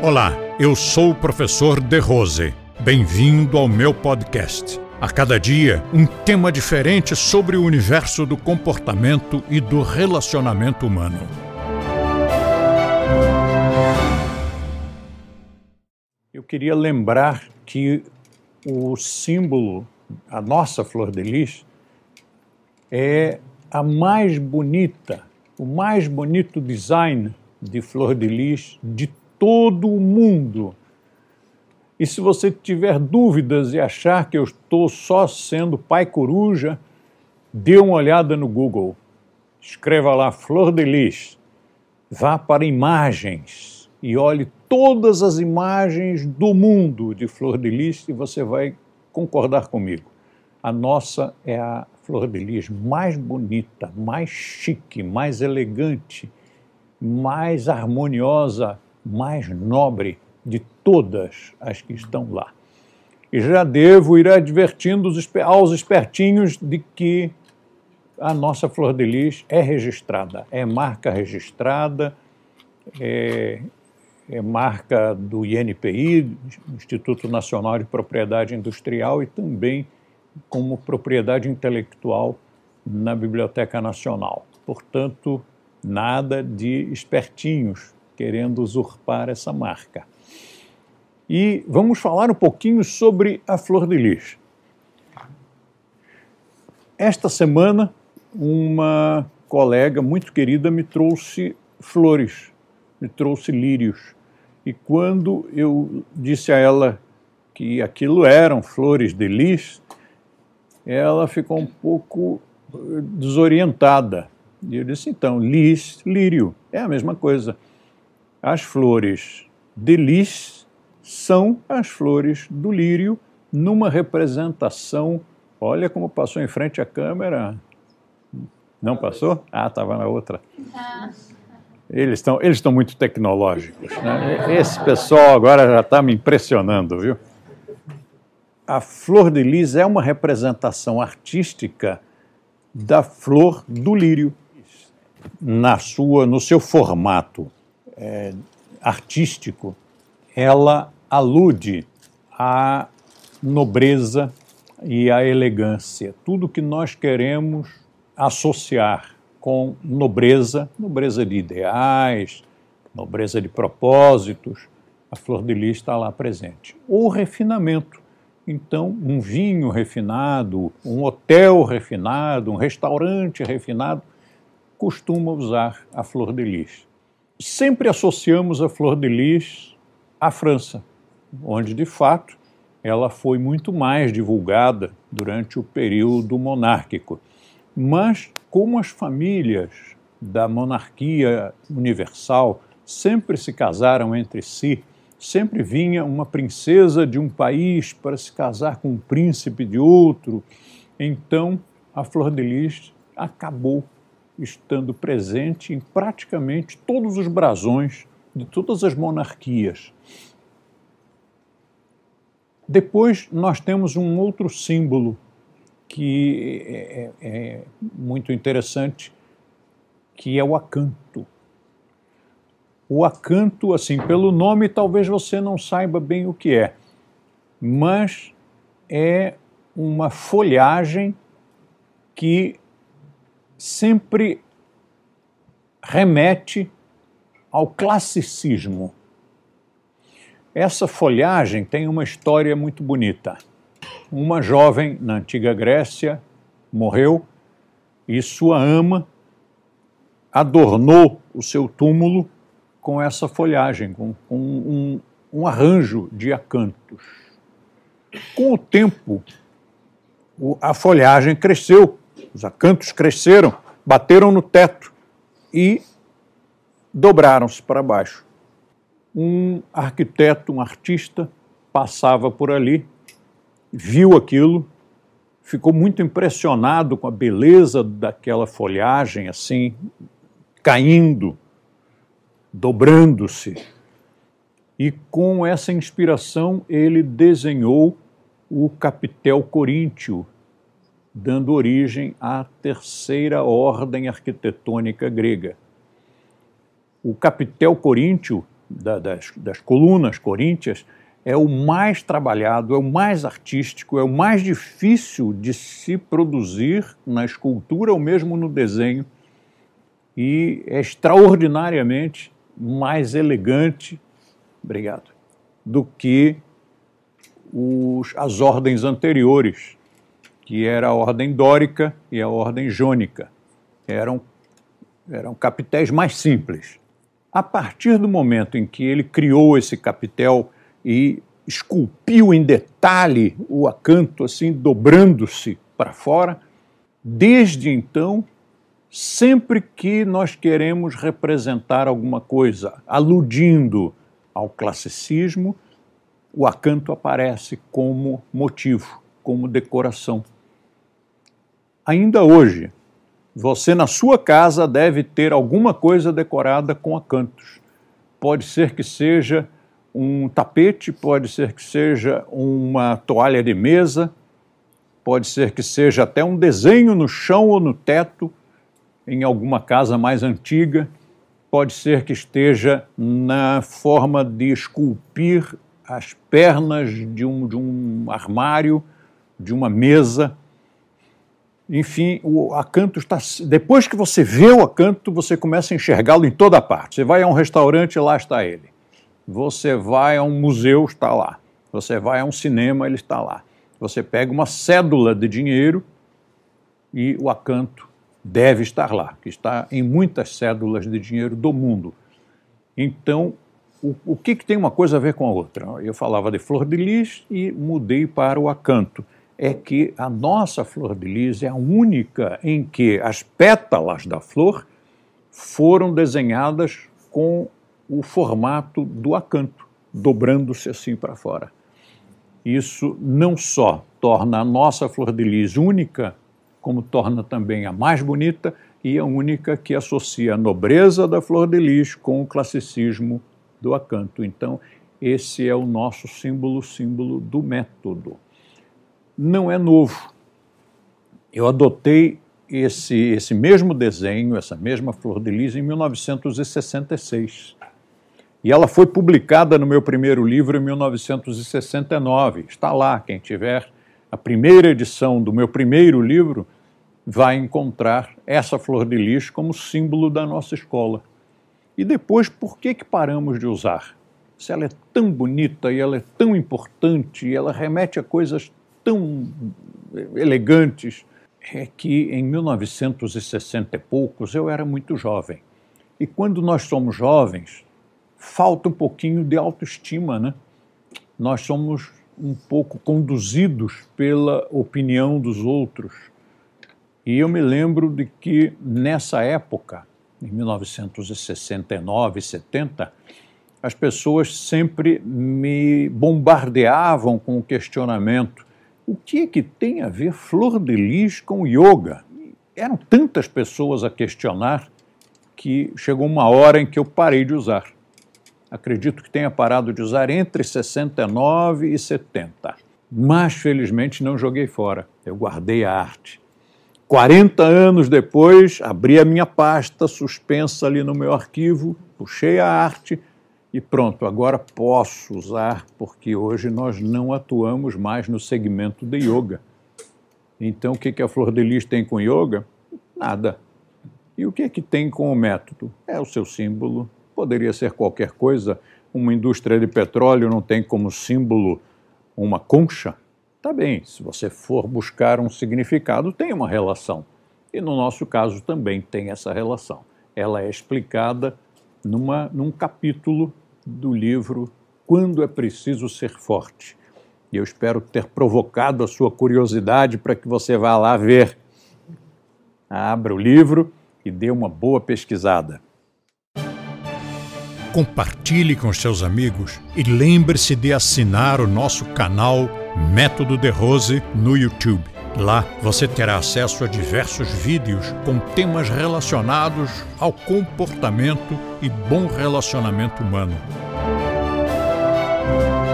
Olá, eu sou o professor De Rose. Bem-vindo ao meu podcast. A cada dia, um tema diferente sobre o universo do comportamento e do relacionamento humano. Eu queria lembrar que o símbolo, a nossa flor de lis, é a mais bonita, o mais bonito design de flor de lis de todo o mundo. E se você tiver dúvidas e achar que eu estou só sendo pai coruja, dê uma olhada no Google. Escreva lá flor de lis. Vá para imagens e olhe todas as imagens do mundo de flor de lis e você vai concordar comigo. A nossa é a flor de lis mais bonita, mais chique, mais elegante, mais harmoniosa, mais nobre de todas as que estão lá. E já devo ir advertindo aos espertinhos de que a nossa flor de lis é registrada, é marca registrada, é marca do INPI, Instituto Nacional de Propriedade Industrial, e também como propriedade intelectual na Biblioteca Nacional. Portanto, nada de espertinhos querendo usurpar essa marca. E vamos falar um pouquinho sobre a flor de lis. Esta semana, uma colega muito querida me trouxe flores, me trouxe lírios. E quando eu disse a ela que aquilo eram flores de lis, ela ficou um pouco desorientada. E eu disse, então, lis, lírio, é a mesma coisa. As flores de lis são as flores do lírio numa representação. Olha como passou em frente à câmera. Não passou? Ah, estava na outra. Eles estão muito tecnológicos, né? Esse pessoal agora já está me impressionando, viu? A flor de lis é uma representação artística da flor do lírio. No seu formato artístico, ela alude à nobreza e à elegância. Tudo que nós queremos associar com nobreza, nobreza de ideais, nobreza de propósitos, a flor de lis está lá presente. Ou refinamento. Então, um vinho refinado, um hotel refinado, um restaurante refinado, costuma usar a flor de lis. Sempre associamos a flor de lis à França, onde, de fato, ela foi muito mais divulgada durante o período monárquico. Mas, como as famílias da monarquia universal sempre se casaram entre si, sempre vinha uma princesa de um país para se casar com um príncipe de outro, então a flor de lis acabou estando presente em praticamente todos os brasões de todas as monarquias. Depois nós temos um outro símbolo que é muito interessante, que é o acanto. O acanto, assim, pelo nome, talvez você não saiba bem o que é, mas é uma folhagem que sempre remete ao classicismo. Essa folhagem tem uma história muito bonita. Uma jovem na antiga Grécia morreu e sua ama adornou o seu túmulo com essa folhagem, com um arranjo de acantos. Com o tempo, a folhagem cresceu, os acantos cresceram, bateram no teto e dobraram-se para baixo. Um arquiteto, um artista, passava por ali, viu aquilo, ficou muito impressionado com a beleza daquela folhagem, assim, caindo, dobrando-se. E com essa inspiração ele desenhou o capitel coríntio, dando origem à terceira ordem arquitetônica grega. O capitel coríntio das colunas coríntias, é o mais trabalhado, é o mais artístico, é o mais difícil de se produzir na escultura ou mesmo no desenho, e é extraordinariamente mais elegante, obrigado, do que as ordens anteriores, que era a ordem dórica e a ordem jônica. Eram capitéis mais simples. A partir do momento em que ele criou esse capitel e esculpiu em detalhe o acanto, assim, dobrando-se para fora, desde então, sempre que nós queremos representar alguma coisa aludindo ao classicismo, o acanto aparece como motivo, como decoração. Ainda hoje, você na sua casa deve ter alguma coisa decorada com acantos. Pode ser que seja um tapete, pode ser que seja uma toalha de mesa, pode ser que seja até um desenho no chão ou no teto, em alguma casa mais antiga, pode ser que esteja na forma de esculpir as pernas de um armário, de uma mesa. Enfim, o acanto está... Depois que você vê o acanto, você começa a enxergá-lo em toda parte. Você vai a um restaurante, lá está ele. Você vai a um museu, está lá. Você vai a um cinema, ele está lá. Você pega uma cédula de dinheiro e o acanto deve estar lá, que está em muitas cédulas de dinheiro do mundo. Então, o que tem uma coisa a ver com a outra? Eu falava de flor de lis e mudei para o acanto. É que a nossa flor de lis é a única em que as pétalas da flor foram desenhadas com o formato do acanto, dobrando-se assim para fora. Isso não só torna a nossa flor de lis única, como torna também a mais bonita e a única que associa a nobreza da flor de lis com o classicismo do acanto. Então, esse é o nosso símbolo do método. Não é novo. Eu adotei esse mesmo desenho, essa mesma flor de lis, em 1966. E ela foi publicada no meu primeiro livro em 1969. Está lá, quem tiver a primeira edição do meu primeiro livro vai encontrar essa flor de lis como símbolo da nossa escola. E depois, por que paramos de usar? Se ela é tão bonita e ela é tão importante e ela remete a coisas tão elegantes, é que em 1960 e poucos eu era muito jovem. E quando nós somos jovens, falta um pouquinho de autoestima, né? Nós somos um pouco conduzidos pela opinião dos outros. E eu me lembro de que nessa época, em 1969, 70, as pessoas sempre me bombardeavam com o questionamento: o que é que tem a ver flor de lis com yoga? Eram tantas pessoas a questionar que chegou uma hora em que eu parei de usar. Acredito que tenha parado de usar entre 69 e 70. Mas, felizmente, não joguei fora. Eu guardei a arte. 40 anos depois, abri a minha pasta suspensa ali no meu arquivo, puxei a arte e pronto, agora posso usar, porque hoje nós não atuamos mais no segmento de yoga. Então, o que a flor de lis tem com yoga? Nada. E o que tem com o método? É o seu símbolo. Poderia ser qualquer coisa. Uma indústria de petróleo não tem como símbolo uma concha? Tá bem, se você for buscar um significado, tem uma relação. E no nosso caso também tem essa relação. Ela é explicada num capítulo do livro Quando é Preciso Ser Forte. E eu espero ter provocado a sua curiosidade para que você vá lá ver. Abra o livro e dê uma boa pesquisada. Compartilhe com seus amigos e lembre-se de assinar o nosso canal Método de Rose no YouTube. Lá você terá acesso a diversos vídeos com temas relacionados ao comportamento e bom relacionamento humano.